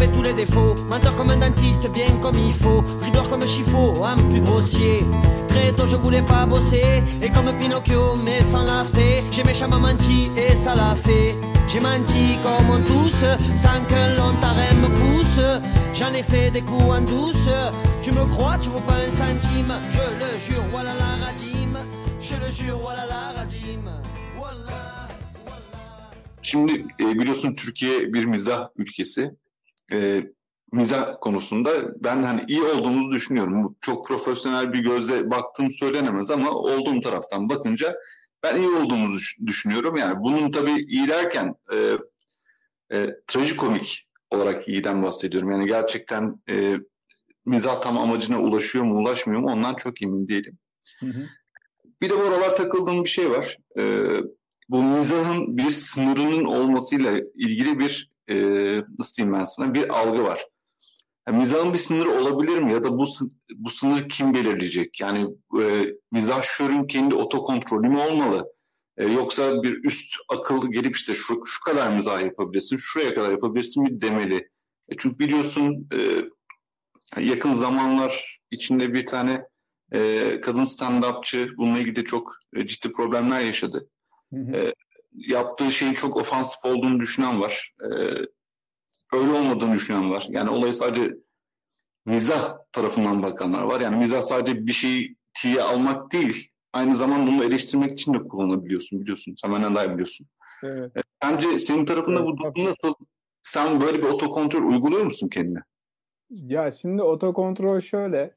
j'avais tous les défauts. Menteur comme un dentiste, bien comme il faut. Dribbleur comme Chifo, un plus grossier. Très tôt je voulais pas bosser. Et comme Pinocchio, mais sans la fée. J'ai méchamment menti et ça l'a fait. J'ai menti comme on tous, sans que l'on t'arrête me pousse. J'en ai fait des coups en douce. Tu me crois, tu vaux pas un centime. Je le jure, voilà la radim. Je le jure, voilà la radim. Wallah, wallah. Şimdi biliyorsun Türkiye bir mizah ülkesi. Mizah konusunda ben hani iyi olduğumuzu düşünüyorum. Çok profesyonel bir gözle baktığım söylenemez ama olduğum taraftan bakınca ben iyi olduğumuzu düşünüyorum. Yani bunun tabii iyi derken trajikomik olarak iyiden bahsediyorum. Yani gerçekten mizah tam amacına ulaşıyor mu ulaşmıyor mu ondan çok emin değilim. Hı hı. Bir de bu aralar takıldığım bir şey var. Bu mizahın bir sınırının olmasıyla ilgili bir nasıl diyeyim ben sana bir algı var. Yani mizahın bir sınırı olabilir mi ya da bu sınır kim belirleyecek? Yani mizahşörün kendi otokontrolü mü olmalı? Yoksa bir üst akıl gelip işte şu kadar mizah yapabilirsin, şuraya kadar yapabilirsin mi demeli? Çünkü biliyorsun yakın zamanlar içinde bir tane kadın stand-upçı bununla ilgili çok ciddi problemler yaşadı. Hı hı. Yaptığı şeyin çok ofansif olduğunu düşünen var. Öyle olmadığını düşünen var. Yani olay sadece mizah tarafından bakanlar var. Yani mizah sadece bir şeyi tiye almak değil, aynı zamanda bunu eleştirmek için de kullanabiliyorsun. Sen benden daha iyi biliyorsun. Evet. Bence senin tarafında evet, bu durum nasıl? Sen böyle bir otokontrol uyguluyor musun kendine? Ya şimdi otokontrol şöyle.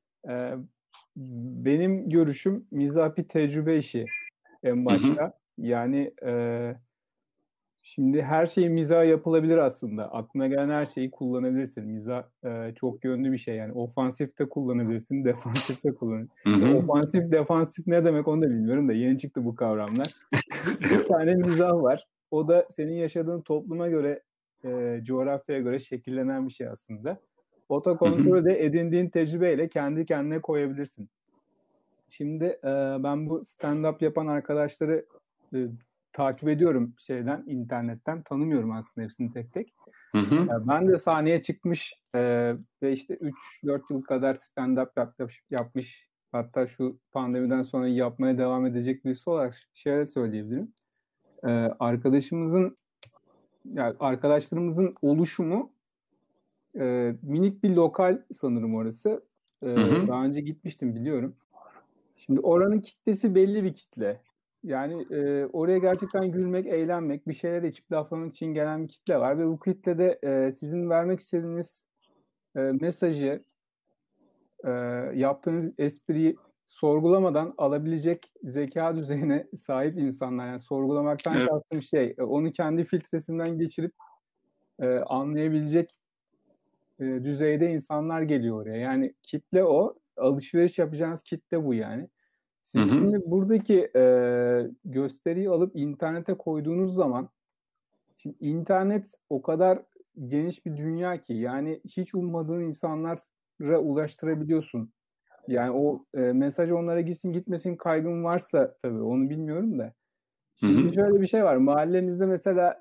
Benim görüşüm mizah bir tecrübe işi en başta. Hı hı. Yani şimdi her şey mizah yapılabilir aslında. Aklına gelen her şeyi kullanabilirsin. Mizah çok yönlü bir şey. Yani ofansif de kullanabilirsin, defansif de kullanabilirsin. Ofansif, defansif ne demek onu da bilmiyorum da yeni çıktı bu kavramlar. Bir tane mizah var. O da senin yaşadığın topluma göre, coğrafyaya göre şekillenen bir şey aslında. Otokontrolde edindiğin tecrübeyle kendi kendine koyabilirsin. Şimdi ben bu stand-up yapan arkadaşları takip ediyorum internetten. Tanımıyorum aslında hepsini tek tek. Hı hı. Ben de sahneye çıkmış ve işte 3-4 yıl kadar stand-up yapmış. Hatta şu pandemiden sonra yapmaya devam edecek birisi olarak şöyle söyleyebilirim. Arkadaşlarımızın oluşumu minik bir lokal sanırım orası. Hı hı. Daha önce gitmiştim biliyorum. Şimdi oranın kitlesi belli bir kitle. Yani oraya gerçekten gülmek, eğlenmek, bir şeyler içip laflamak için gelen bir kitle var. Ve bu kitlede sizin vermek istediğiniz mesajı, yaptığınız espriyi sorgulamadan alabilecek zeka düzeyine sahip insanlar. Yani sorgulamaktan kastım onu kendi filtresinden geçirip anlayabilecek düzeyde insanlar geliyor oraya. Yani kitle o. Alışveriş yapacağınız kitle bu yani. Siz şimdi buradaki gösteriyi alıp internete koyduğunuz zaman şimdi internet o kadar geniş bir dünya ki yani hiç ummadığın insanlara ulaştırabiliyorsun. Yani o mesaj onlara gitsin gitmesin kaygın varsa tabii onu bilmiyorum da. Şimdi şöyle bir şey var. Mahallemizde mesela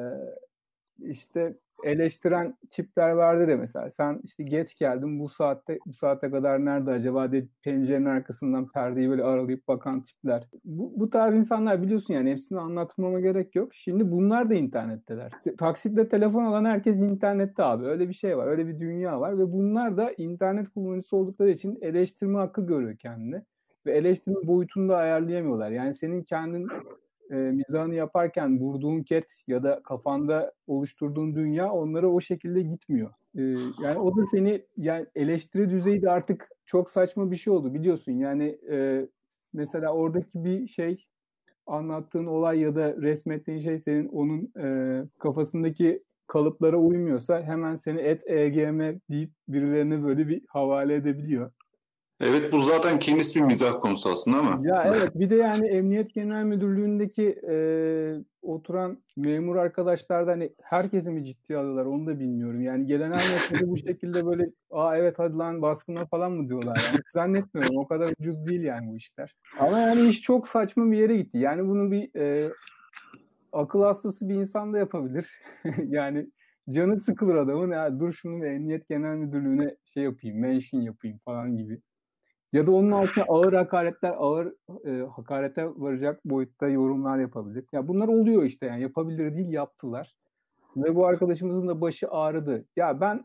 işte eleştiren tipler vardır ya mesela. Sen işte geç geldin bu saate kadar nerede acaba diye pencerenin arkasından perdeyi böyle aralayıp bakan tipler. Bu tarz insanlar biliyorsun yani hepsini anlatmama gerek yok. Şimdi bunlar da internetteler. Taksitle telefon alan herkes internette abi. Öyle bir şey var. Öyle bir dünya var ve bunlar da internet kullanıcısı oldukları için eleştirme hakkı görüyor kendine. Ve eleştirme boyutunu da ayarlayamıyorlar. Yani senin kendin mizahını yaparken vurduğun ket ya da kafanda oluşturduğun dünya onlara o şekilde gitmiyor. Yani o da seni yani eleştiri düzeyi de artık çok saçma bir şey oldu biliyorsun. Yani mesela oradaki bir şey anlattığın olay ya da resmettiğin şey senin onun kafasındaki kalıplara uymuyorsa hemen seni @egm deyip birilerine böyle bir havale edebiliyor. Evet bu zaten kendisi bir mizah konusu aslında ama. Ya evet bir de yani Emniyet Genel Müdürlüğü'ndeki oturan memur arkadaşlar da hani herkesi mi ciddiye alıyorlar onu da bilmiyorum. Yani gelen her mesajı bu şekilde böyle evet hadi lan baskına falan mı diyorlar yani zannetmiyorum o kadar ucuz değil yani bu işler. Ama yani iş çok saçma bir yere gitti. Yani bunu bir akıl hastası bir insan da yapabilir. Yani canı sıkılır adamın. Ya dur şunu bir Emniyet Genel Müdürlüğü'ne şey yapayım, mention yapayım falan gibi. Ya da onun altına ağır hakaretler, ağır hakarete varacak boyutta yorumlar yapabilir. Ya bunlar oluyor işte, yani yapabilir değil, yaptılar. Ve bu arkadaşımızın da başı ağrıdı. Ya ben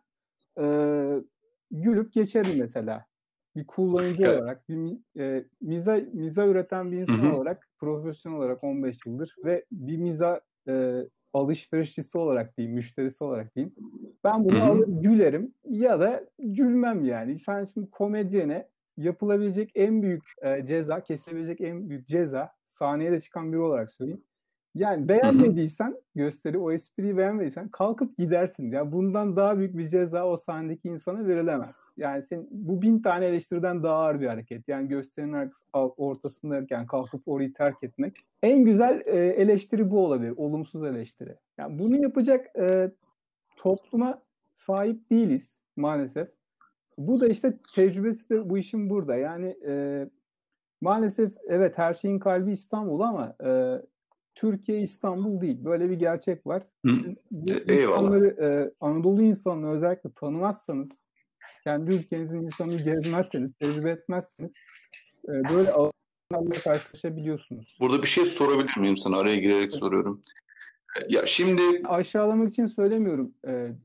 gülüp geçerim mesela. Bir kullanıcı olarak, bir miza üreten bir insan olarak, profesyonel olarak 15 yıldır ve bir miza alışverişçisi olarak diyeyim, müşterisi olarak diyeyim. Ben bunu alır gülerim ya da gülmem yani. Sen şimdi komedyene yapılabilecek en büyük ceza, kesilebilecek en büyük ceza, sahneye de çıkan biri olarak söyleyeyim. Yani beğenmediysen gösteri, o espriyi beğenmediysen kalkıp gidersin. Ya bundan daha büyük bir ceza o sahnedeki insana verilemez. Yani bu 1000 tane eleştiriden daha ağır bir hareket. Yani gösterinin ortasındayken kalkıp orayı terk etmek. En güzel eleştiri bu olabilir. Olumsuz eleştiri. Yani bunu yapacak topluma sahip değiliz maalesef. Bu da işte tecrübesi de bu işin burada. Yani maalesef evet, her şeyin kalbi İstanbul ama Türkiye İstanbul değil. Böyle bir gerçek var. Siz bu insanları, Anadolu insanını özellikle tanımazsanız, kendi ülkenizin insanını gezmezseniz, tecrübe etmezseniz böyle alanlarla karşılaşabiliyorsunuz. Burada bir şey sorabilir miyim sana? Araya girerek soruyorum. Ya şimdi aşağılamak için söylemiyorum.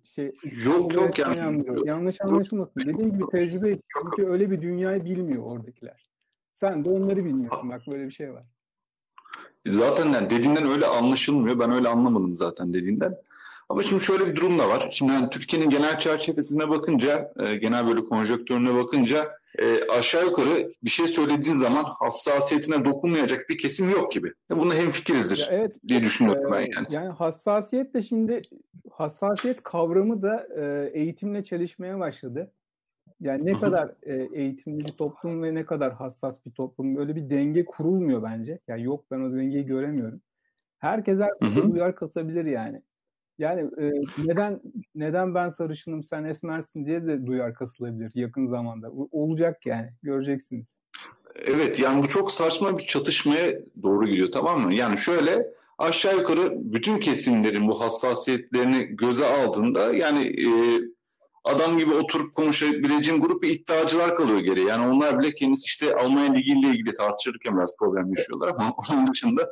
Yok yani. Yanlış anlaşılmasın. Dediğim gibi tecrübe, çünkü öyle bir dünyayı bilmiyor oradakiler. Sen de onları bilmiyorsun. Bak böyle bir şey var. Zaten yani dediğinden öyle anlaşılmıyor. Ben öyle anlamadım zaten dediğinden. Ama şimdi şöyle bir durum da var. Şimdi yani Türkiye'nin genel çerçevesine bakınca, genel böyle konjonktürüne bakınca aşağı yukarı bir şey söylediğin zaman hassasiyetine dokunmayacak bir kesim yok gibi. Buna hemfikirizdir diye düşünüyorum ben yani. Yani hassasiyet de şimdi, hassasiyet kavramı da eğitimle çelişmeye başladı. Yani ne kadar eğitimli bir toplum ve ne kadar hassas bir toplum, böyle bir denge kurulmuyor bence. Yani yok, ben o dengeyi göremiyorum. Herkes duyar kasabilir yani. Yani neden ben sarışınım sen esmersin diye de duyar kasılabilir yakın zamanda. Olacak yani, göreceksiniz. Evet, yani bu çok saçma bir çatışmaya doğru gidiyor, tamam mı? Yani şöyle aşağı yukarı bütün kesimlerin bu hassasiyetlerini göze aldığında yani adam gibi oturup konuşabileceğim grup bir iddiacılar kalıyor geriye. Yani onlar bile kendisi işte Almanya Ligi ile ilgili tartışırken biraz problem yaşıyorlar ama onun dışında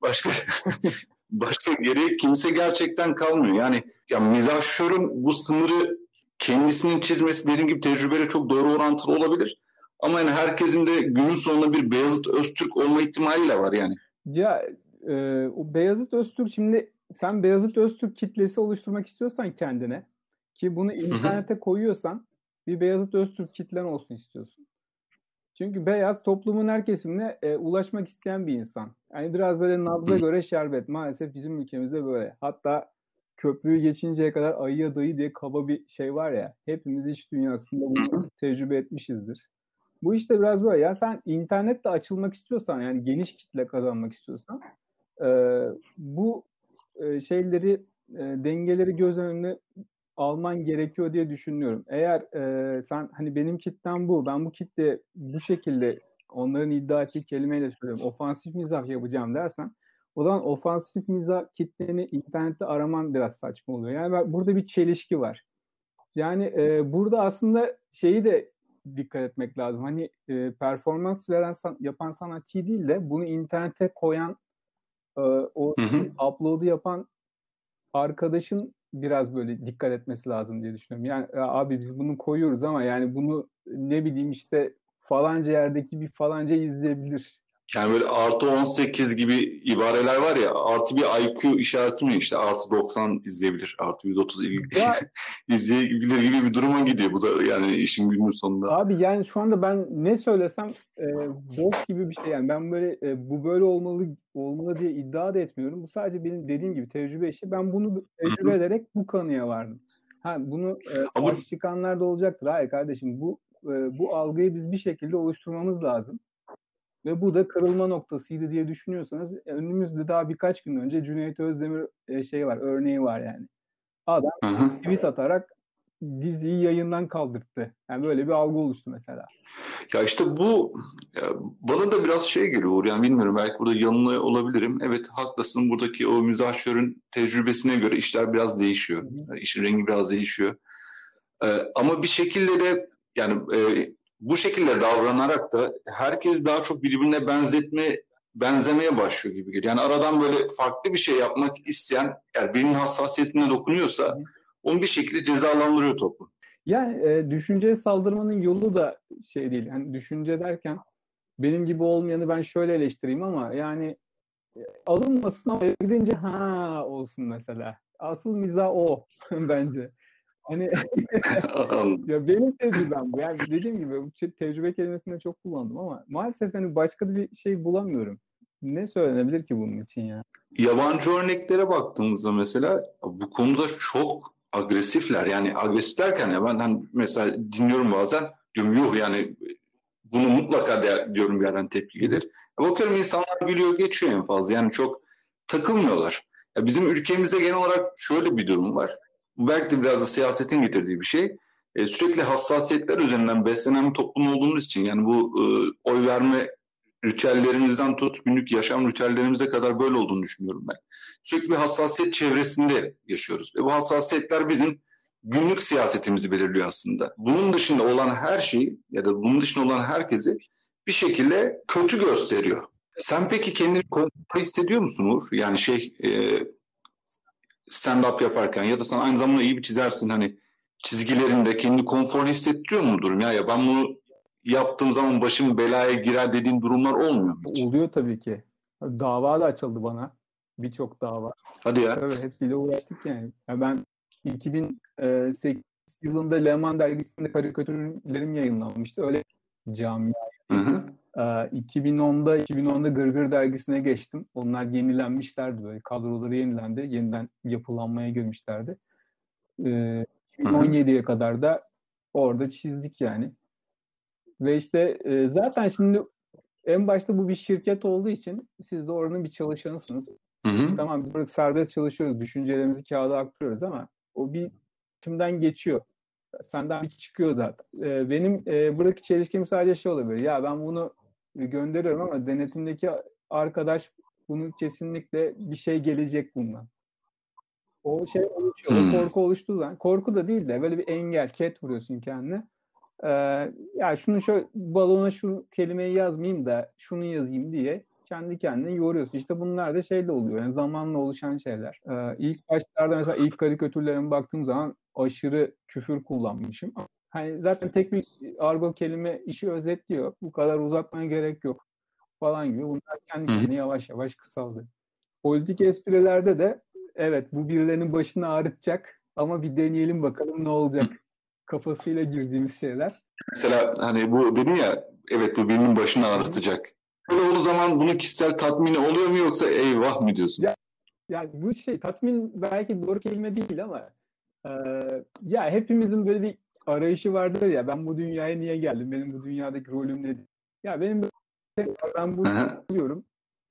başka geriye kimse gerçekten kalmıyor. Yani ya mizahşörün bu sınırı kendisinin çizmesi dediğim gibi tecrübeyle çok doğru orantılı olabilir. Ama yani herkesin de günün sonunda bir Beyazıt Öztürk olma ihtimali de var yani. Ya o Beyazıt Öztürk, şimdi sen Beyazıt Öztürk kitlesi oluşturmak istiyorsan kendine, ki bunu internete koyuyorsan, bir Beyazıt Öztürk kitlen olsun istiyorsun. Çünkü beyaz toplumun her kesimine ulaşmak isteyen bir insan. Yani biraz böyle nabza göre şerbet. Maalesef bizim ülkemizde böyle. Hatta köprüyü geçinceye kadar ayıya dayı diye kaba bir şey var ya. Hepimiz iç dünyasında bunu tecrübe etmişizdir. Bu işte biraz böyle. Ya sen internette açılmak istiyorsan, yani geniş kitle kazanmak istiyorsan, bu şeyleri, dengeleri göz önüne alman gerekiyor diye düşünüyorum. Eğer sen hani benim kitlem bu, ben bu kitle bu şekilde, onların iddia ettiği kelimeyle söylüyorum, ofansif mizah yapacağım dersen, o zaman ofansif mizah kitleni internette araman biraz saçma oluyor. Yani burada bir çelişki var. Yani burada aslında şeyi de dikkat etmek lazım. Hani performans yapan sanatçı değil de bunu internete koyan, o upload'u yapan arkadaşın biraz böyle dikkat etmesi lazım diye düşünüyorum. Yani abi biz bunu koyuyoruz ama yani bunu ne bileyim işte falanca yerdeki bir falanca izleyebilir. Yani böyle artı 18 gibi ibareler var ya, artı bir IQ işareti mi, işte artı 90 izleyebilir, artı 130 izleyebilir gibi bir duruma gidiyor. Bu da yani işin günün sonunda. Abi yani şu anda ben ne söylesem boş gibi bir şey yani. Ben böyle bu böyle olmalı diye iddia da etmiyorum. Bu sadece benim dediğim gibi tecrübe işi. Ben bunu tecrübe ederek bu kanıya vardım. Bunu karşı çıkanlar da olacaktır. Hayır kardeşim, bu algıyı biz bir şekilde oluşturmamız lazım. Ve bu da kırılma noktasıydı diye düşünüyorsanız, önümüzde daha birkaç gün önce Cüneyt Özdemir örneği var yani. Adam tweet atarak diziyi yayından kaldırttı. Yani böyle bir algı oluştu mesela. Ya işte bu bana da biraz şey geliyor Uğur, yani bilmiyorum, belki burada yanılıyor olabilirim. Evet, haklısın, buradaki o mizahşörün tecrübesine göre işler biraz değişiyor. İşin rengi biraz değişiyor. Ama bir şekilde de yani bu şekilde davranarak da herkes daha çok birbirine benzemeye başlıyor gibi geliyor. Yani aradan böyle farklı bir şey yapmak isteyen, eğer birinin hassasiyetine dokunuyorsa onu bir şekilde cezalandırıyor toplum. Yani düşünceye saldırmanın yolu da şey değil. Yani düşünce derken benim gibi olmayanı ben şöyle eleştireyim ama yani alınmasın ama gidince ha olsun mesela. Asıl mizah o bence. Hani ya benim tecrübem bu. Yani dediğim gibi bu tecrübe kelimesini çok kullandım ama maalesef hani başka bir şey bulamıyorum. Ne söylenebilir ki bunun için ya? Yabancı örneklere baktığımızda mesela bu konuda çok agresifler. Yani agresif derken ya ben hani mesela dinliyorum bazen, diyorum yuh, yani bunu mutlaka diyorum, bir yerden tepki gelir. Bakıyorum insanlar gülüyor geçiyor en fazla, yani çok takılmıyorlar. Ya bizim ülkemizde genel olarak şöyle bir durum var. Bu belki de biraz da siyasetin getirdiği bir şey. Sürekli hassasiyetler üzerinden beslenen bir toplum olduğumuz için, yani bu oy verme ritüellerimizden tut günlük yaşam ritüellerimize kadar böyle olduğunu düşünüyorum ben. Sürekli bir hassasiyet çevresinde yaşıyoruz ve bu hassasiyetler bizim günlük siyasetimizi belirliyor aslında. Bunun dışında olan her şeyi ya da bunun dışında olan herkesi bir şekilde kötü gösteriyor. Sen peki kendini konforlu hissediyor musun Uğur? Yani stand-up yaparken ya da sen aynı zamanda iyi bir çizersin, hani çizgilerinde kendini konforlu hissettiriyor mu durum? Ya ben bunu yaptığım zaman başım belaya girer dediğin durumlar olmuyor mu hiç? Oluyor tabii ki. Dava da açıldı bana. Birçok dava. Hadi ya. Tabii hepsiyle uğraştık yani. Ya ben 2008 yılında Leman dergisinde karikatürlerim yayınlanmıştı. Öyle camia. 2010'da Gırgır dergisine geçtim. Onlar yenilenmişlerdi böyle. Kadroları yenilendi. Yeniden yapılanmaya girmişlerdi. 2017'ye kadar da orada çizdik yani. Ve işte zaten şimdi en başta bu bir şirket olduğu için siz de oranın bir çalışanısınız. Tamam, biz burada serbest çalışıyoruz. Düşüncelerimizi kağıda aktarıyoruz ama o bir içimden geçiyor. Senden bir çıkıyor zaten. Benim buradaki çelişkim sadece şey olabilir. Ya ben bunu gönderiyorum ama denetimdeki arkadaş bunu kesinlikle bir şey gelecek bundan. O şey oluşuyor. O korku oluştuğu zaman. Korku da değil de böyle bir engel, ket vuruyorsun kendine. Ya şunu şöyle balona şu kelimeyi yazmayayım da şunu yazayım diye kendi kendine yoruyorsun. İşte bunlar da şeyle oluyor. Yani zamanla oluşan şeyler. İlk başlarda mesela ilk karikatürlerime baktığım zaman aşırı küfür kullanmışım. Hani zaten tek bir argo kelime işi özetliyor. Bu kadar uzatmaya gerek yok falan gibi. Bunlar kendi kendine yavaş yavaş kısaldı. Politik esprilerde de evet bu birilerinin başını ağrıtacak ama bir deneyelim bakalım ne olacak kafasıyla girdiğimiz şeyler. Mesela hani bu dedin ya, evet bu birinin başını ağrıtacak. Böyle olduğu zaman bunun kişisel tatmini oluyor mu, yoksa eyvah mı diyorsun? Ya bu şey tatmin belki doğru kelime değil ama ya hepimizin böyle bir arayışı vardır ya, ben bu dünyaya niye geldim? Benim bu dünyadaki rolüm nedir? Ya benim ben bunu biliyorum.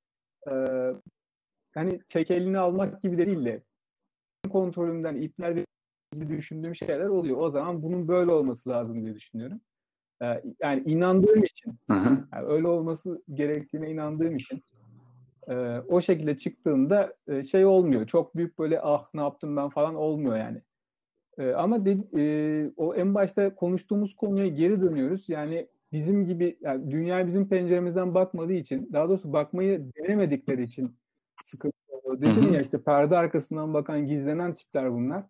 Hani tek elini almak gibi de değil de kontrolümden ipler gibi düşündüğüm şeyler oluyor. O zaman bunun böyle olması lazım diye düşünüyorum. Yani inandığım için, yani öyle olması gerektiğine inandığım için o şekilde çıktığında şey olmuyor. Çok büyük böyle ah ne yaptım ben falan olmuyor yani. Ama o en başta konuştuğumuz konuya geri dönüyoruz. Yani bizim gibi yani dünya bizim penceremizden bakmadığı için, daha doğrusu bakmayı denemedikleri için sıkıntı oluyor. Dedim ya işte perde arkasından bakan gizlenen tipler bunlar.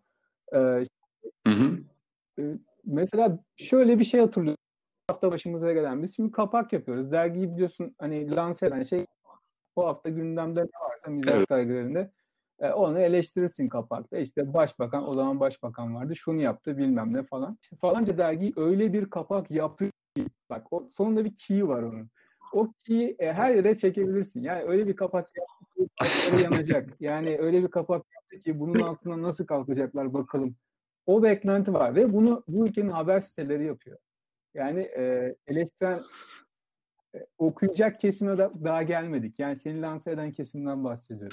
Mesela şöyle bir şey hatırlıyorum. Hafta başımıza gelen. Biz şimdi kapak yapıyoruz. Dergiyi biliyorsun hani lanse eden şey bu hafta gündemde ne varsa mizah dergilerinde onu eleştirirsin kapakta. İşte başbakan, o zaman başbakan vardı. Şunu yaptı bilmem ne falan. İşte falanca dergi öyle bir kapak yaptı ki bak o sonunda bir key var onun. O key'i her yere çekebilirsin. Yani öyle bir kapak yaptı ki başları yanacak. Yani öyle bir kapak yaptı ki bunun altına nasıl kalkacaklar bakalım. O beklenti var ve bunu bu ülkenin haber siteleri yapıyor. Yani eleştiren okuyacak kesime daha gelmedik. Yani seni lanse eden kesimden bahsediyorum.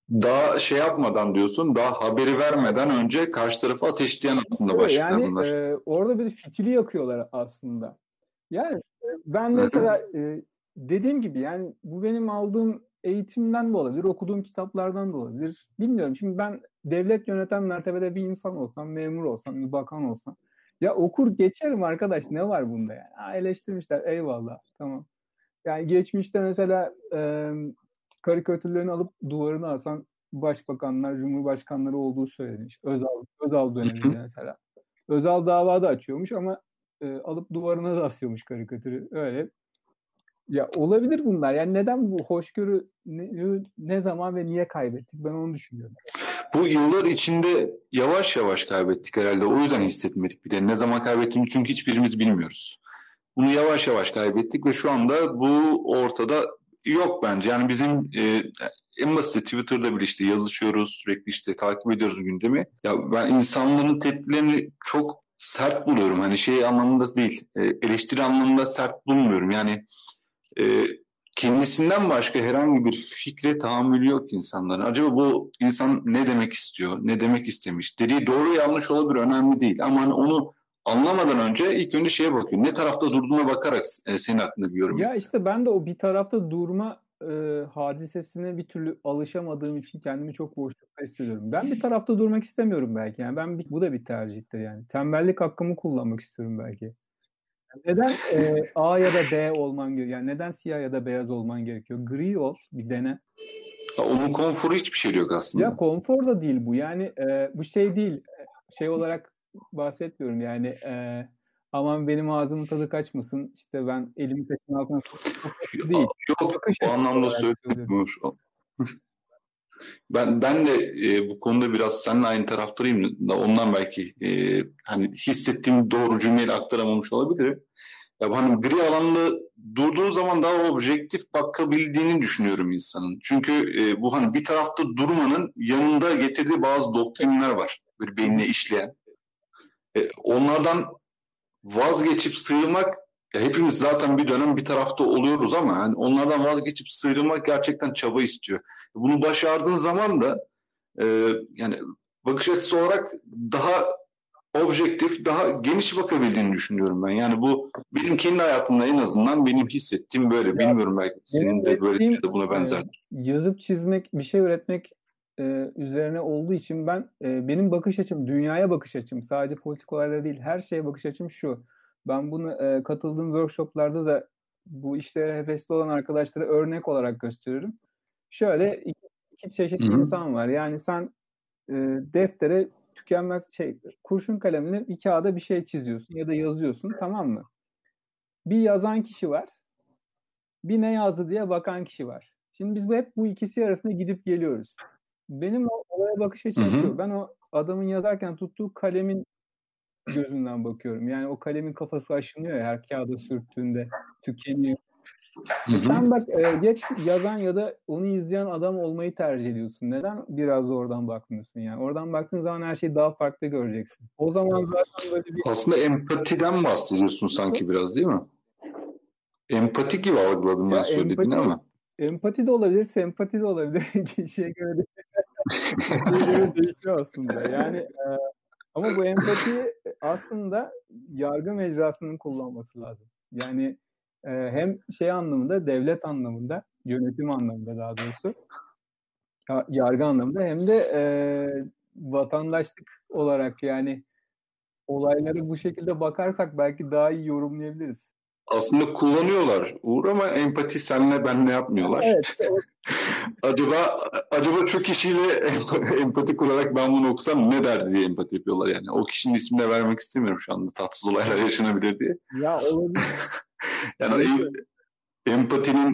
daha şey yapmadan diyorsun, daha haberi vermeden önce karşı tarafı ateşleyen aslında başlıklar Yani bunlar. orada bir fitili yakıyorlar aslında. Yani ben mesela dediğim gibi yani bu benim aldığım eğitimden de olabilir, okuduğum kitaplardan da olabilir. Bilmiyorum. Şimdi ben devlet yöneten mertebede bir insan olsam, memur olsam, bir bakan olsam ya okur geçerim arkadaş, ne var bunda yani? Ha, eleştirmişler, eyvallah, tamam. Yani geçmişte mesela karikatürlerini alıp duvarına asan başbakanlar, cumhurbaşkanları olduğu söylenmiş. Özal döneminde mesela. Özal davada açıyormuş ama alıp duvarına da asıyormuş karikatürü. Öyle. Ya olabilir bunlar. Yani neden bu hoşgörü ne zaman ve niye kaybettik? Ben onu düşünüyorum. Bu yıllar içinde yavaş yavaş kaybettik herhalde. O yüzden hissetmedik bir de. Ne zaman kaybettiğimizi çünkü hiçbirimiz bilmiyoruz. Bunu yavaş yavaş kaybettik ve şu anda bu ortada yok bence. Yani bizim en basit Twitter'da bile işte yazışıyoruz, sürekli işte takip ediyoruz gündemi. Ya ben insanların tepkilerini çok sert buluyorum. Hani şey anlamında değil, eleştiri anlamında sert bulmuyorum. Yani e, kendisinden başka herhangi bir fikre tahammülü yok insanların. Acaba bu insan ne demek istiyor, ne demek istemiş? Dediği doğru yanlış olabilir, önemli değil. Ama hani onu anlamadan önce ilk önce şeye bakıyor. Ne tarafta durduğuna bakarak senin hakkında bir yorum Ya yapıyor. işte ben de o bir tarafta durma hadisesine bir türlü alışamadığım için kendimi çok boşlukta hissediyorum. Ben bir tarafta durmak istemiyorum belki. Yani bu da bir tercihtir yani. Tembellik hakkımı kullanmak istiyorum belki. Neden A ya da B olman gerekiyor? Yani neden siyah ya da beyaz olman gerekiyor? Gri ol, bir dene. Ya onun konforu hiçbir şey yok Ya aslında. konfor da değil bu. Yani bu şey değil. Şey olarak bahsetmiyorum. Yani aman benim ağzımın tadı kaçmasın. İşte ben elimi taşın altına değil. Yok, Bakış o açısı anlamda olarak söylüyorum. söylemiyorum. Ben de bu konuda biraz seninle aynı taraftarıyım da ondan belki hani hissettiğim doğru cümleyle aktaramamış olabilirim. Ya hani gri alanda durduğu zaman daha objektif bakabildiğini düşünüyorum insanın. Çünkü bu hani bir tarafta durmanın yanında getirdiği bazı doktrinler var. Böyle beynine işleyen. Onlardan vazgeçip sıyrılmak ya hepimiz zaten bir dönem bir tarafta oluyoruz ama yani onlardan vazgeçip sıyrılmak gerçekten çaba istiyor. Bunu başardığın zaman da e, yani bakış açısı olarak daha objektif, daha geniş bakabildiğini düşünüyorum ben. Yani bu benim kendi hayatımda en azından benim hissettiğim böyle. Ya Bilmiyorum belki senin benim de böyle ya mesleğim da buna benzer. yazıp çizmek, bir şey üretmek üzerine olduğu için ben benim bakış açım, dünyaya bakış açım, sadece politik olaylara değil, her şeye bakış açım şu. Ben bunu katıldığım workshoplarda da bu işte hevesli olan arkadaşlara örnek olarak gösteriyorum. Şöyle iki çeşit Hı-hı. insan var. Yani sen deftere tükenmez kurşun kalemle bir kağıda bir şey çiziyorsun ya da yazıyorsun, tamam mı? Bir yazan kişi var. Bir ne yazdı diye bakan kişi var. Şimdi biz hep bu ikisi arasında gidip geliyoruz. Benim o olaya bakış açım Hı-hı. şu. Ben o adamın yazarken tuttuğu kalemin gözünden bakıyorum. Yani o kalemin kafası aşınıyor ya, her kağıda sürttüğünde tükeniyor. Hı-hı. Sen bak geç yazan ya da onu izleyen adam olmayı tercih ediyorsun. Neden biraz da oradan bakmıyorsun yani? Oradan baktığın zaman her şeyi daha farklı göreceksin. O zaman zaten böyle bir Aslında empatiden bahsediyorsun nasıl? sanki biraz değil mi? Empati gibi algıladım ben Ya söylediğini ama. empati de olabilir, sempati de olabilir. Kişiye göre değişiyor aslında. Yani ama bu empatiyi aslında yargı mecrasının kullanması lazım. Yani hem şey anlamında, devlet anlamında, yönetim anlamında daha doğrusu, yargı anlamında, hem de vatandaşlık olarak yani olaylara bu şekilde bakarsak belki daha iyi yorumlayabiliriz. Aslında kullanıyorlar Uğur ama empati senle benle yapmıyorlar. Evet, Acaba şu kişiyle empati kurarak ben bunu okusam ne der diye empati yapıyorlar yani. O kişinin ismini de vermek istemiyorum şu anda tatsız olaylar yaşanabilir diye. ya olabilir. Yani empatinin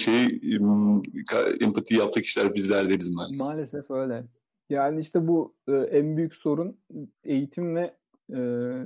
empati yaptığı kişiler bizler deriz maalesef. Maalesef öyle. Yani işte bu en büyük sorun eğitim ve e,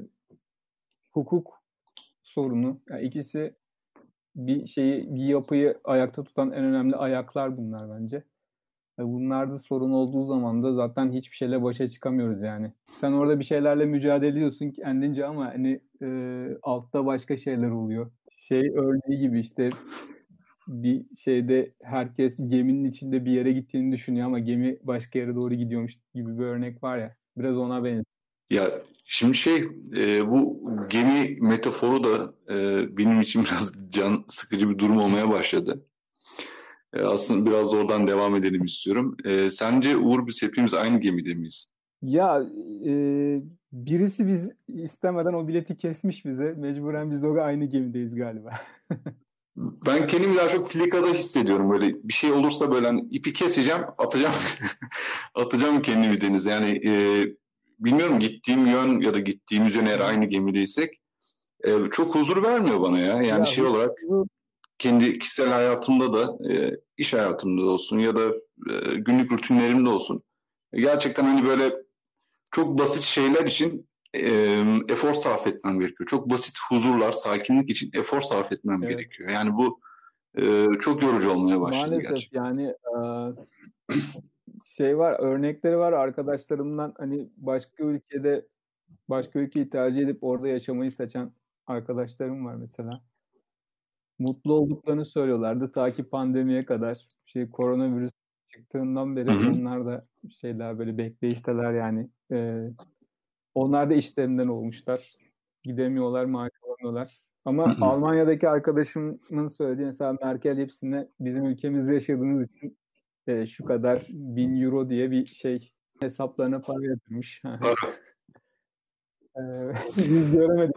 hukuk sorunu. Yani ikisi bir yapıyı ayakta tutan en önemli ayaklar bunlar bence. Bunlarda sorun olduğu zaman da zaten hiçbir şeyle başa çıkamıyoruz yani. Sen orada bir şeylerle mücadele ediyorsun kendince ama hani altta başka şeyler oluyor. Örneği gibi işte bir şeyde herkes geminin içinde bir yere gittiğini düşünüyor ama gemi başka yere doğru gidiyormuş gibi bir örnek var ya. Biraz ona benziyor. Ya şimdi bu gemi metaforu da benim için biraz can sıkıcı bir durum olmaya başladı. Aslında biraz da oradan devam edelim istiyorum. Sence Uğur, biz hepimiz aynı gemide miyiz? Ya birisi biz istemeden o bileti kesmiş bize. Mecburen biz de aynı gemideyiz galiba. Ben kendimi daha çok Filika'da hissediyorum. Böyle bir şey olursa böyle hani ipi keseceğim, atacağım atacağım kendimi denize. Yani bilmiyorum, gittiğim yön ya da gittiğimiz yön eğer aynı gemideysek çok huzur vermiyor bana ya. Yani olarak kendi kişisel hayatımda da iş hayatımda da olsun ya da günlük rutinlerimde olsun. Gerçekten hani böyle çok basit şeyler için efor sarf etmem gerekiyor. Çok basit huzurlar, sakinlik için efor sarf etmem gerekiyor. Yani bu çok yorucu olmaya başladı maalesef gerçekten. Yani örnekleri var arkadaşlarımdan, hani başka ülkeyi tercih edip orada yaşamayı seçen arkadaşlarım var mesela. Mutlu olduklarını söylüyorlardı ta ki pandemiye kadar. Koronavirüs çıktığından beri onlar da böyle bekleyişteler yani. Onlar da işlerinden olmuşlar. Gidemiyorlar, maaş alamıyorlar. Ama Almanya'daki arkadaşımın söylediği, mesela Merkel hepsine bizim ülkemizde yaşadığınız için şu kadar 1000 euro diye bir hesaplarına para yatırmış. Biz göremedik.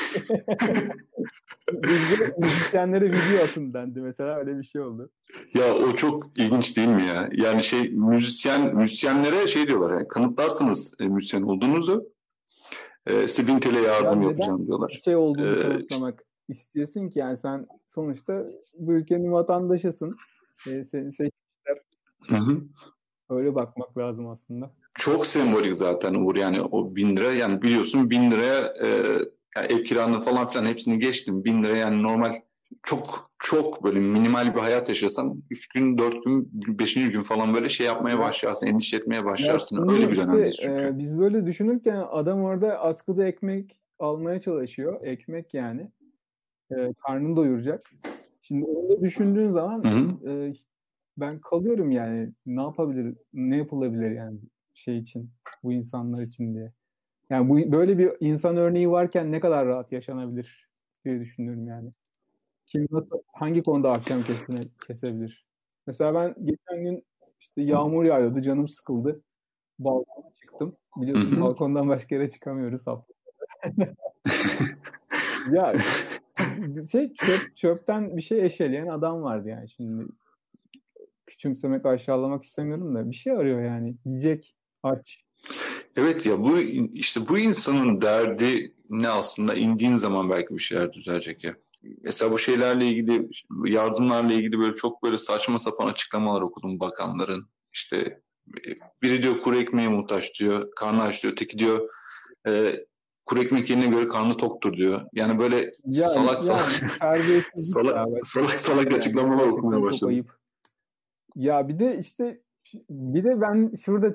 Bizde müzisyenlere video atın dendi mesela, öyle bir şey oldu. Ya o çok ilginç değil mi ya? Yani müzisyenlere diyorlar yani, kanıtlarsınız müzisyen olduğunuzu, size 1000 TL yardım yapacağım diyorlar. Olduğunu kanıtlamak istiyorsun ki yani, sen sonuçta bu ülkenin vatandaşısın. Seni seçmişler. Öyle bakmak lazım aslında. Çok sembolik zaten Uğur, yani o 1000 lira, yani biliyorsun 1000 liraya yani ev kiranı falan filan hepsini geçtim. 1000 lira yani normal çok böyle minimal bir hayat yaşasan 3 gün 4 gün 5. gün falan böyle yapmaya başlarsın, endişe etmeye başlarsın. Öyle bir dönemdeyiz çünkü. Biz böyle düşünürken adam orada askıda ekmek almaya çalışıyor. Ekmek yani. Karnını doyuracak. Şimdi onu düşündüğün zaman ben kalıyorum yani, ne yapılabilir yani için, bu insanlar için diye. Yani böyle bir insan örneği varken ne kadar rahat yaşanabilir diye düşünüyorum yani. Kim hangi konuda ahkam kesebilir? Mesela ben geçen gün yağmur yağıyordu, canım sıkıldı. Balkona çıktım. Biliyorsun balkondan başka yere çıkamıyoruz hafta. Ya çöpten bir şey eşeleyen adam vardı yani. Şimdi küçümsemek, aşağılamak istemiyorum da bir şey arıyor yani. Yiyecek, aç. Evet ya, bu insanın derdi ne aslında, indiğin zaman belki bir şeyler düzelecek ya. Mesela bu şeylerle ilgili, yardımlarla ilgili böyle çok böyle saçma sapan açıklamalar okudum bakanların. Biri diyor kuru ekmeğe muhtaç diyor, karnı aç diyor. Öteki diyor kuru ekmek yerine göre karnı toktur diyor. Yani böyle salak açıklamalar okumaya başladım. Ya bir de ben şurada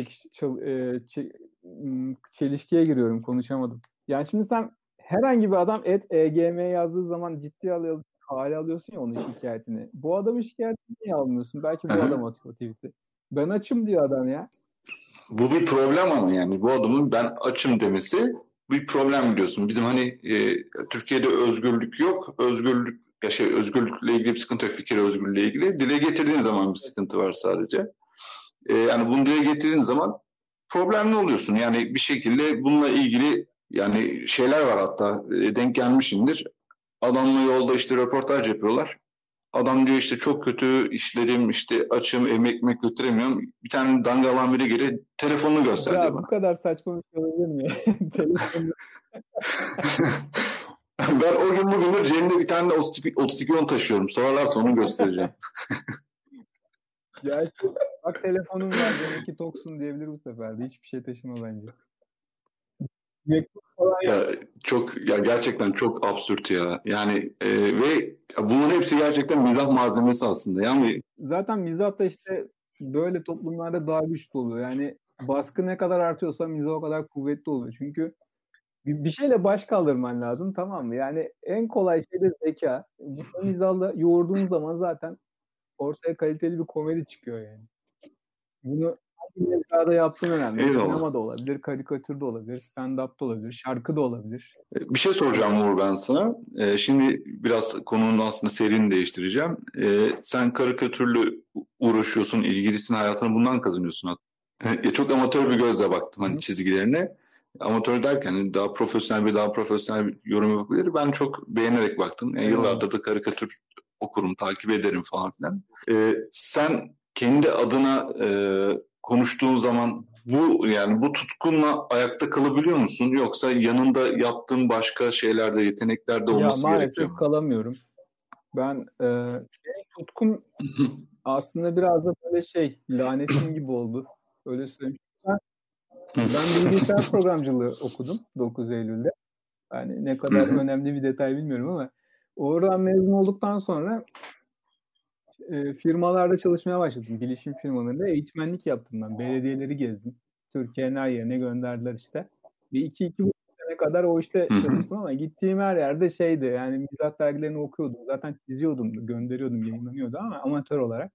çelişkiye giriyorum, konuşamadım. Yani şimdi sen herhangi bir adam EGM yazdığı zaman ciddiye hale alıyorsun ya onun şikayetini. Bu adamın şikayetini niye almıyorsun? Belki bu adam atıyor tweet'i. Ben açım diyor adam ya. Bu bir problem ama yani bu adamın ben açım demesi bir problem, biliyorsun. Bizim Türkiye'de özgürlük yok. Özgürlükle ilgili bir sıkıntı yok. Fikir özgürlüğüyle ilgili. Dile getirdiğin zaman bir sıkıntı var sadece. Yani bunu dile getirdiğin zaman problemli oluyorsun. Yani bir şekilde bununla ilgili yani şeyler var, hatta denk gelmişindir. Adamla yolda röportaj yapıyorlar. Adam diyor çok kötü işlerim, açım, ekmek götüremiyorum. Bir tane dangalan biri geliyor, telefonunu gösteriyor bana. Bu kadar saçma bir şey olabilir mi? Ben o gün bugündür cebimde bir tane de 3210 taşıyorum. Sorarlarsa onu göstereceğim. Ya bak telefonum var, demek ki toksun diyebilir bu sefer de. Hiçbir şey taşıma bence. Gerçekten çok absürt ya. Yani ve bunların hepsi gerçekten mizah malzemesi aslında. Yani zaten mizah da böyle toplumlarda daha güçlü oluyor. Yani baskı ne kadar artıyorsa mizah o kadar kuvvetli oluyor. Çünkü Bir şeyle baş kaldırman lazım, tamam mı? Yani en kolay şey de zeka. Bu mizahla yoğurduğun zaman zaten ortaya kaliteli bir komedi çıkıyor yani. Bunu hangi mecrada yaptığın önemli. Eyvallah. Sinema da olabilir, karikatür de olabilir, stand-up da olabilir, şarkı da olabilir. Bir şey soracağım Uğur ben sana. Şimdi biraz konunun aslında serini değiştireceğim. Sen karikatürle uğraşıyorsun, ilgilisin, hayatını bundan kazanıyorsun. Çok amatör bir gözle baktım hani çizgilerine. Amatör derken daha profesyonel bir yorum yapabilir. Ben çok beğenerek baktım. Yıllardır da karikatür okurum, takip ederim falan filan. Sen kendi adına konuştuğun zaman bu tutkunla ayakta kalabiliyor musun? Yoksa yanında yaptığın başka şeylerde, yeteneklerde olması gerekiyor mu? Maalesef kalamıyorum. Ben tutkum aslında biraz da böyle lanetim gibi oldu. Öyle söyleyeyim. Ben bilgisayar programcılığı okudum 9 Eylül'de. Yani ne kadar önemli bir detay bilmiyorum ama oradan mezun olduktan sonra firmalarda çalışmaya başladım. Bilişim firmalarında eğitmenlik yaptım ben. Belediyeleri gezdim. Türkiye'nin her yerine gönderdiler işte. Bir 2-2,5 sene kadar o işte çalıştım ama gittiğim her yerde yani mizah dergilerini okuyordum. Zaten çiziyordum, gönderiyordum, yayınlanıyordu ama amatör olarak.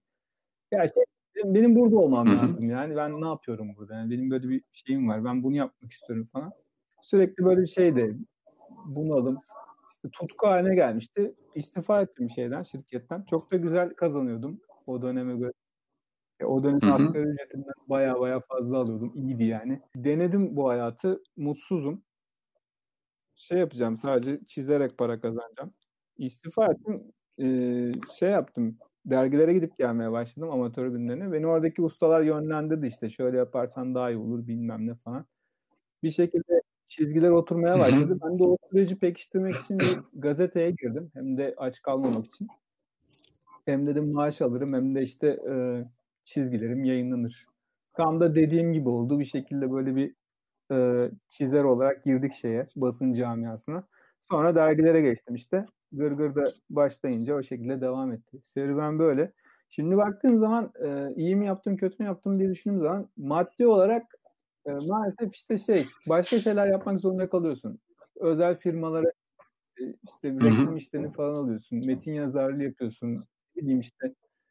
Benim burada olmam lazım yani. Ben ne yapıyorum burada? Yani benim böyle bir şeyim var. Ben bunu yapmak istiyorum falan. Sürekli böyle bir şeydi. Bunalım. İşte tutku haline gelmişti. İstifa ettim şirketten. Çok da güzel kazanıyordum o döneme göre. O dönem asgari ücretinden baya fazla alıyordum. İyiydi yani. Denedim bu hayatı. Mutsuzum. Yapacağım. Sadece çizerek para kazanacağım. İstifa ettim. Yaptım. Dergilere gidip gelmeye başladım amatör günlerine. Beni oradaki ustalar yönlendirdi işte. Şöyle yaparsan daha iyi olur bilmem ne falan. Bir şekilde çizgiler oturmaya başladı. Ben de o süreci pekiştirmek için bir gazeteye girdim. Hem de aç kalmamak için. Hem dedim maaş alırım hem de işte çizgilerim yayınlanır. Tam da dediğim gibi oldu. Bir şekilde böyle bir çizer olarak girdik basın camiasına. Sonra dergilere geçtim işte. Gırgır'da başlayınca o şekilde devam etti. Serüven böyle. Şimdi baktığım zaman iyi mi yaptım kötü mü yaptım diye düşündüğüm zaman maddi olarak maalesef işte başka şeyler yapmak zorunda kalıyorsun. Özel firmalara işte reklam işlerini falan alıyorsun. Metin yazarlığı yapıyorsun. Bileyim işte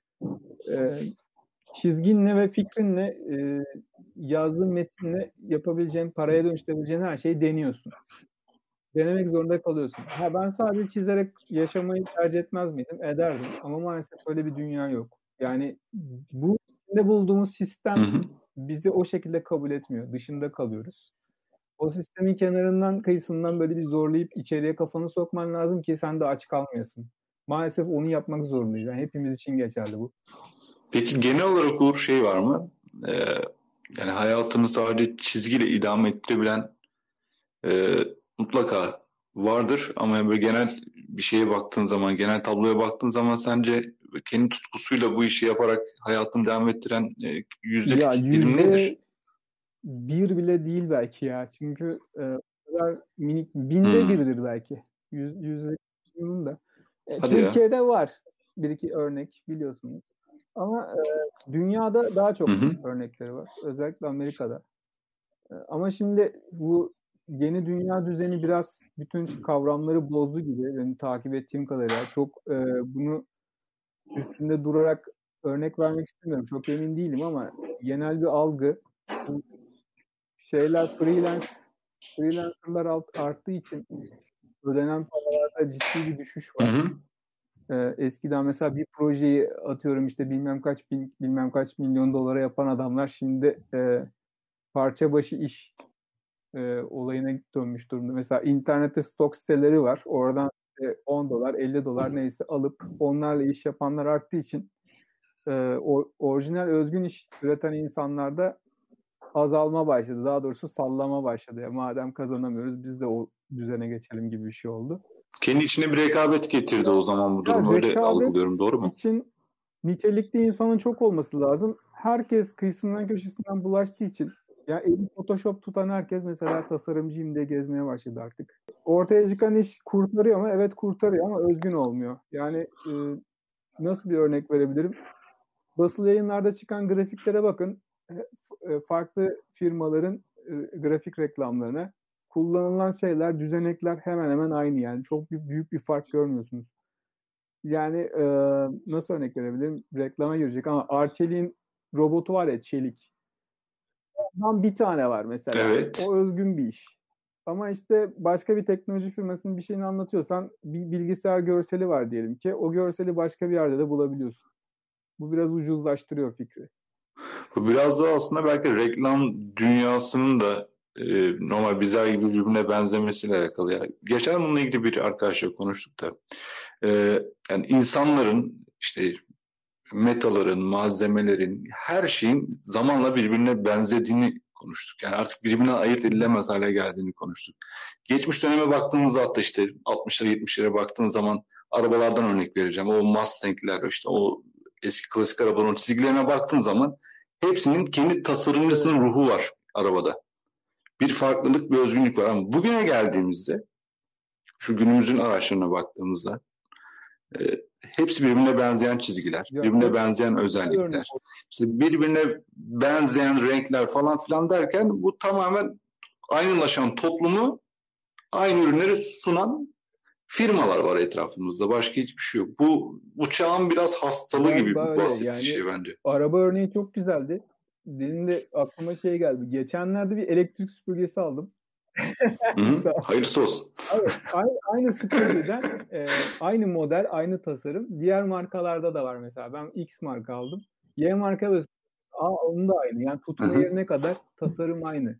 çizginle ve fikrinle yazdığın metinle yapabileceğin, paraya dönüştürebileceğin her şeyi deniyorsun. Denemek zorunda kalıyorsun. Ben sadece çizerek yaşamayı tercih etmez miydim? Ederdim. Ama maalesef öyle bir dünya yok. Yani bu içinde bulduğumuz sistem bizi o şekilde kabul etmiyor. Dışında kalıyoruz. O sistemin kenarından, kıyısından böyle bir zorlayıp içeriye kafanı sokman lazım ki sen de aç kalmayasın. Maalesef onu yapmak zorundayız. Yani hepimiz için geçerli bu. Peki genel olarak Uğur var mı? Yani hayatını sadece çizgiyle idame ettirebilen mutlaka vardır ama böyle genel bir şeye baktığın zaman, genel tabloya baktığın zaman sence kendi tutkusuyla bu işi yaparak hayatını devam ettiren yüzdelik dilim nedir? %1 bile değil belki ya. Çünkü o kadar minik, binde biridir belki. %1'nin da. Türkiye'de var bir iki örnek biliyorsunuz. Ama dünyada daha çok örnekleri var. Özellikle Amerika'da. Ama şimdi bu yeni dünya düzeni biraz bütün kavramları bozdu gibi. Benim takip ettiğim kadarıyla çok bunu üstünde durarak örnek vermek istemiyorum. Çok emin değilim ama genel bir algı freelancerlar arttığı için ödenen paralarda ciddi bir düşüş var. Eskiden mesela bir projeyi atıyorum işte bilmem kaç milyon dolara yapan adamlar şimdi parça başı iş olayına dönmüş durumda. Mesela internette stok siteleri var. Oradan $10, $50 neyse alıp onlarla iş yapanlar arttığı için orijinal özgün iş üreten insanlarda azalma başladı. Daha doğrusu sallama başladı. Ya, madem kazanamıyoruz biz de o düzene geçelim gibi bir şey oldu. Kendi içine bir rekabet getirdi o zaman bu durum. Öyle algılıyorum. Doğru mu? için nitelikli insanın çok olması lazım. Herkes kıyısından köşesinden bulaştığı için ya eli Photoshop tutan herkes mesela tasarımcıyım diye gezmeye başladı artık. Ortaya çıkan iş kurtarıyor mu? Evet kurtarıyor ama özgün olmuyor. Yani nasıl bir örnek verebilirim? Basılı yayınlarda çıkan grafiklere bakın. Farklı firmaların grafik reklamlarına kullanılan şeyler, düzenekler hemen hemen aynı yani. Çok büyük bir fark görmüyorsunuz. Yani nasıl örnek verebilirim? Reklama girecek ama Arçelik'in robotu var ya, Çelik. Ondan bir tane var mesela. Evet. O özgün bir iş. Ama işte başka bir teknoloji firmasının bir şeyini anlatıyorsan bir bilgisayar görseli var diyelim ki. O görseli başka bir yerde de bulabiliyorsun. Bu biraz ucuzlaştırıyor fikri. Bu biraz da aslında belki reklam dünyasının da normal bizler gibi birbirine benzemesiyle alakalı. Yani geçen bununla ilgili bir arkadaşla konuştuk da yani insanların işte metaların, malzemelerin, her şeyin zamanla birbirine benzediğini konuştuk. Yani artık birbirinden ayırt edilemez hale geldiğini konuştuk. Geçmiş döneme baktığımızda hatta işte 60'lara 70'lere baktığın zaman arabalardan örnek vereceğim. O Mustang'ler işte o eski klasik arabaların çizgilerine baktığın zaman hepsinin kendi tasarımcısının ruhu var arabada. Bir farklılık, bir özgünlük var ama bugüne geldiğimizde şu günümüzün araçlarına baktığımızda hepsi birbirine benzeyen çizgiler, birbirine benzeyen özellikler, işte birbirine benzeyen renkler falan filan derken bu tamamen aynılaşan toplumu aynı ürünleri sunan firmalar var etrafımızda. Başka hiçbir şey yok. Bu çağın biraz hastalığı gibi bahsettiği yani, şey bence. Araba örneği çok güzeldi. Benim de aklıma şey geldi. Geçenlerde bir elektrik süpürgesi aldım. Hayırlısı olsun. Evet, aynı süpürgeden aynı model, aynı tasarım. Diğer markalarda da var mesela. Ben X marka aldım. Y marka da onun da aynı. Yani tutma yerine kadar tasarım aynı.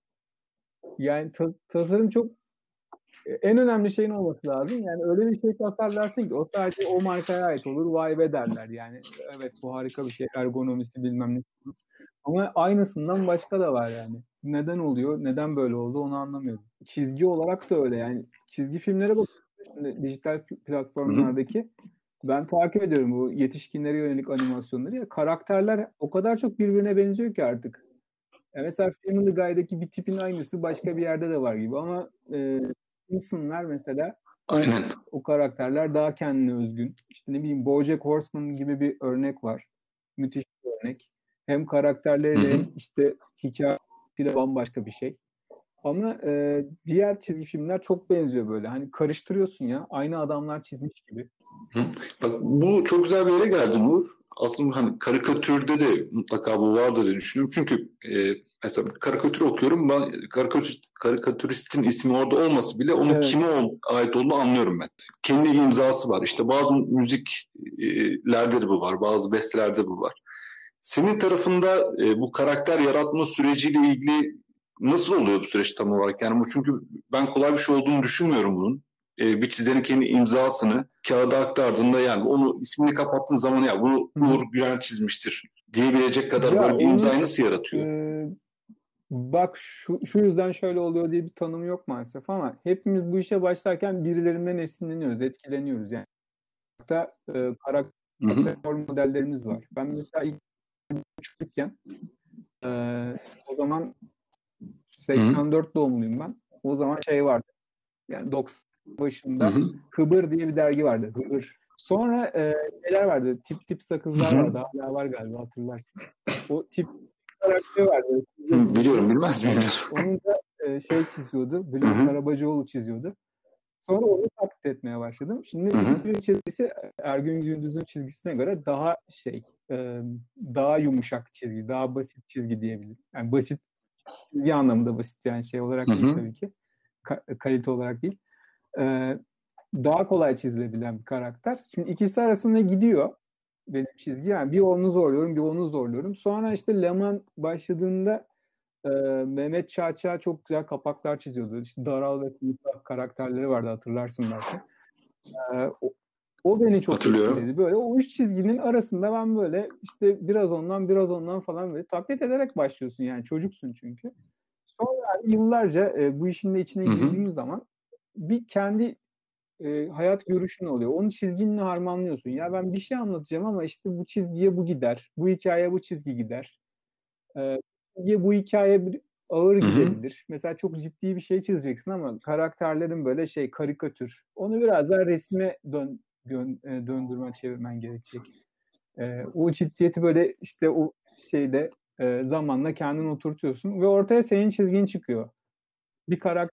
Yani tasarım çok en önemli şeyin olması lazım. Yani öyle bir şey tasarlarsın ki o sadece o markaya ait olur. Vay be derler. Yani evet bu harika bir şey. Ergonomisi bilmem ne. Ama aynısından başka da var yani. Neden oluyor? Neden böyle oldu? Onu anlamıyorum. Çizgi olarak da öyle yani. Çizgi filmlere bakıyorum. Dijital platformlardaki. Ben takip ediyorum bu yetişkinlere yönelik animasyonları. Ya, karakterler o kadar çok birbirine benziyor ki artık. Yani mesela Family Guy'daki bir tipin aynısı başka bir yerde de var gibi ama Simpsonlar mesela aynen. O karakterler daha kendine özgün. İşte ne bileyim BoJack Horseman gibi bir örnek var. Müthiş bir örnek. Hem karakterleriyle hem işte hikayesiyle bambaşka bir şey. Ama diğer çizgi filmler çok benziyor böyle. Hani karıştırıyorsun ya. Aynı adamlar çizmiş gibi. Bak bu çok güzel bir yere geldi Nur. Aslında hani karikatürde de mutlaka bu vardır diye düşünüyorum. Çünkü mesela karikatür okuyorum. Ben karikatüristin ismi orada olması bile onun kime ait olduğunu anlıyorum ben. Kendi imzası var. İşte bazı müziklerde de bu var. Bazı bestelerde bu var. Senin tarafında bu karakter yaratma süreciyle ilgili nasıl oluyor bu süreç tam olarak? Yani bu çünkü ben kolay bir şey olduğunu düşünmüyorum bunun. Bir çizerin kendi imzasını kağıda aktardığında yani onu ismini kapattığın zaman ya bunu Uğur Güler çizmiştir diyebilecek kadar ya böyle bir imzayı nasıl yaratıyor? Bak şu yüzden şöyle oluyor diye bir tanımı yok maalesef ama hepimiz bu işe başlarken birilerinden esinleniyoruz, etkileniyoruz yani. Hatta karakter modellerimiz var. Ben mesela ilk çocukken o zaman 84 doğumluyum ben. O zaman şey vardı. Yani 90 başında Hıbır diye bir dergi vardı. Hıbır. Sonra neler vardı? Tip sakızlar vardı. Hala var galiba hatırlarsın. O tip karakteri vardı. Biliyorum bilmez miyim? Onun da şey çiziyordu. Bülent Karabacıoğlu çiziyordu. Sonra onu taklit etmeye başladım. Şimdi çizgisi Ergün Gündüz'ün çizgisine göre daha daha yumuşak çizgi, daha basit çizgi diyebilirim. Yani basit çizgi anlamında basit yani şey olarak değil tabii ki. Kalite olarak değil. Daha kolay çizilebilen bir karakter. Şimdi ikisi arasında gidiyor benim çizgi. Yani bir onu zorluyorum, bir onu zorluyorum. Sonra işte Leman başladığında Mehmet Çağçağ çok güzel kapaklar çiziyordu. İşte Daral ve Kılıçlar karakterleri vardı hatırlarsın belki. O beni çok etkiledi. Böyle o üç çizginin arasında ben böyle işte biraz ondan falan böyle taklit ederek başlıyorsun yani çocuksun çünkü. Sonra yıllarca bu işin de içine girdiğimiz zaman bir kendi hayat görüşün oluyor. Onun çizginle harmanlıyorsun. Ya ben bir şey anlatacağım ama işte bu çizgiye bu gider. Bu hikayeye bu çizgi gider. Bu hikaye bir ağır gidebilir. Mesela çok ciddi bir şey çizeceksin ama karakterlerin böyle karikatür. Onu biraz daha resme döndürmen, çevirmen gerekecek. O ciddiyeti böyle işte o şeyde zamanla kendini oturtuyorsun ve ortaya senin çizgin çıkıyor. Bir karakter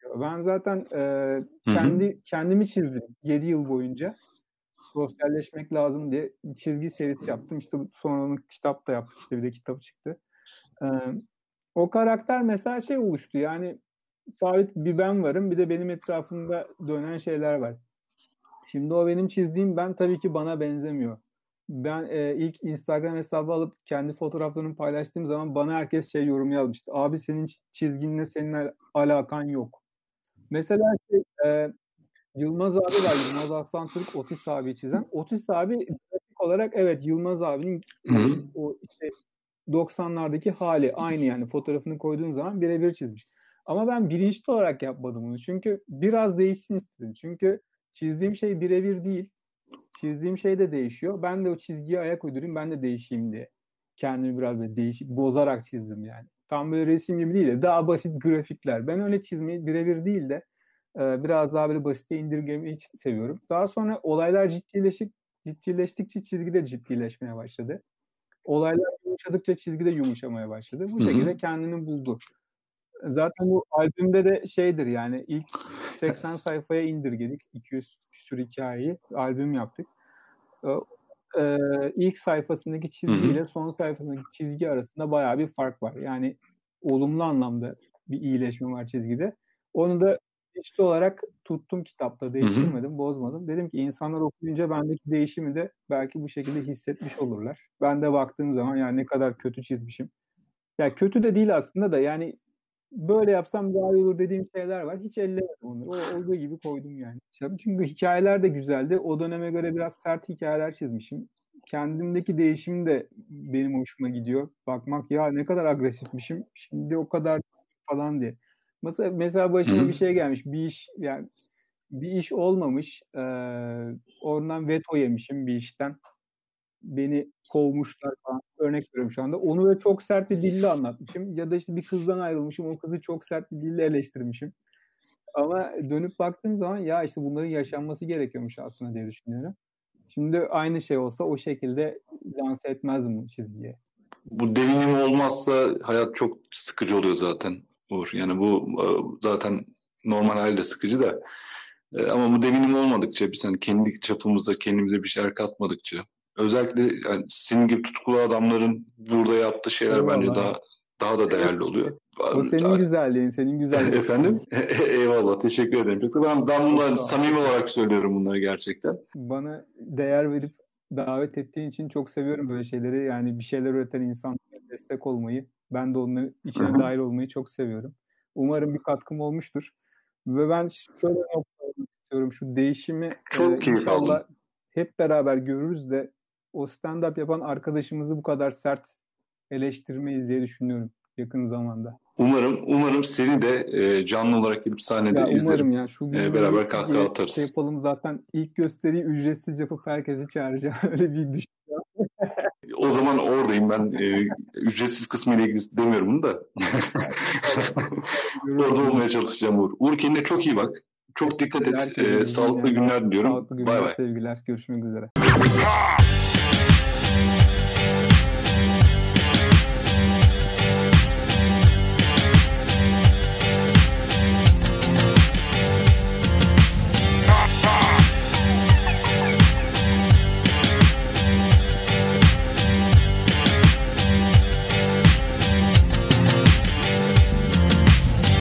değişiyor. Ben zaten kendimi çizdim 7 yıl boyunca. Sosyalleşmek lazım diye çizgi serisi yaptım. İşte sonra onu kitap da yaptık. İşte bir de kitap çıktı. O karakter mesela şey oluştu. Yani sabit bir ben varım. Bir de benim etrafımda dönen şeyler var. Şimdi o benim çizdiğim ben tabii ki bana benzemiyor. Ben ilk Instagram hesabı alıp kendi fotoğraflarımı paylaştığım zaman bana herkes şey yorum yazmıştı. Abi senin çizginle senin alakan yok. Mesela Yılmaz abi var. Yılmaz Aslan Türk Otis abi çizen. Otis abi grafik olarak evet Yılmaz abinin o işte 90'lardaki hali aynı yani fotoğrafını koyduğun zaman birebir çizmiş. Ama ben bilinçli olarak yapmadım bunu. Çünkü biraz değişsin istedim. Çünkü çizdiğim şey birebir değil. Çizdiğim şey de değişiyor. Ben de o çizgiye ayak uydurayım, ben de değişeyim diye. Kendimi biraz böyle değişik, bozarak çizdim yani. Tam böyle resim gibi değil de daha basit grafikler. Ben öyle çizmeyi birebir değil de biraz daha böyle basite indirgemeyi seviyorum. Daha sonra olaylar ciddileştikçe çizgi de ciddileşmeye başladı. Olaylar yumuşadıkça çizgi de yumuşamaya başladı. Bu şekilde kendini buldu. Zaten bu albümde de şeydir yani ilk 80 sayfaya indirgedik. 200 küsur hikayeyi albüm yaptık. İlk sayfasındaki çizgiyle son sayfasındaki çizgi arasında bayağı bir fark var. Yani olumlu anlamda bir iyileşme var çizgide. Onu da işte olarak tuttum kitapta. Değiştirmedim, bozmadım. Dedim ki insanlar okuyunca bendeki değişimi de belki bu şekilde hissetmiş olurlar. Ben de baktığım zaman yani ne kadar kötü çizmişim. Ya kötü de değil aslında da yani böyle yapsam daha iyi olur dediğim şeyler var. Hiç ellemedim onları. O olduğu gibi koydum yani. Çünkü hikayeler de güzeldi. O döneme göre biraz sert hikayeler çizmişim. Kendimdeki değişim de benim hoşuma gidiyor. Bakmak ya ne kadar agresifmişim. Şimdi o kadar falan diye. Mesela başıma bir şey gelmiş. Bir iş olmamış. Oradan veto yemişim bir işten. Beni kovmuşlar falan. Örnek veriyorum şu anda. Onu da çok sert bir dille anlatmışım. Ya da işte bir kızdan ayrılmışım. O kızı çok sert bir dille eleştirmişim. Ama dönüp baktığım zaman ya işte bunların yaşanması gerekiyormuş aslında diye düşünüyorum. Şimdi aynı şey olsa o şekilde lanse etmezdim bu çizgiye. Bu devinim olmazsa hayat çok sıkıcı oluyor zaten Uğur. Yani bu zaten normal halde sıkıcı da. Ama bu devinim olmadıkça biz hani kendi çapımızda kendimize bir şeyler katmadıkça özellikle yani senin gibi tutkulu adamların burada yaptığı şeyler Eyvallah. bence daha da değerli oluyor. O senin güzelliğin, senin güzelliğin. Efendim? Eyvallah, teşekkür ederim. Ben bunları samimi olarak söylüyorum bunları gerçekten. Bana değer verip davet ettiğin için çok seviyorum böyle şeyleri. Yani bir şeyler üreten insanlara destek olmayı, ben de onların içine dahil olmayı çok seviyorum. Umarım bir katkım olmuştur. Ve ben şöyle noktalarını istiyorum. Şu değişimi inşallah hep beraber görürüz de o stand-up yapan arkadaşımızı bu kadar sert eleştirmeyiz diye düşünüyorum yakın zamanda. Umarım seni de canlı olarak gelip sahnede izlerim. Ya, şu beraber kahkaha atarız. Şey yapalım zaten ilk gösteriyi ücretsiz yapıp herkesi çağıracağım. Öyle bir düşünüyorum. O zaman oradayım ben. Ücretsiz kısmıyla ilgili demiyorum bunu da. Orada olmaya çalışacağım Uğur. Uğur kendine çok iyi bak. Çok dikkat et. Sağlıklı günler diliyorum. Sağlıklı günler, sevgiler. Görüşmek üzere.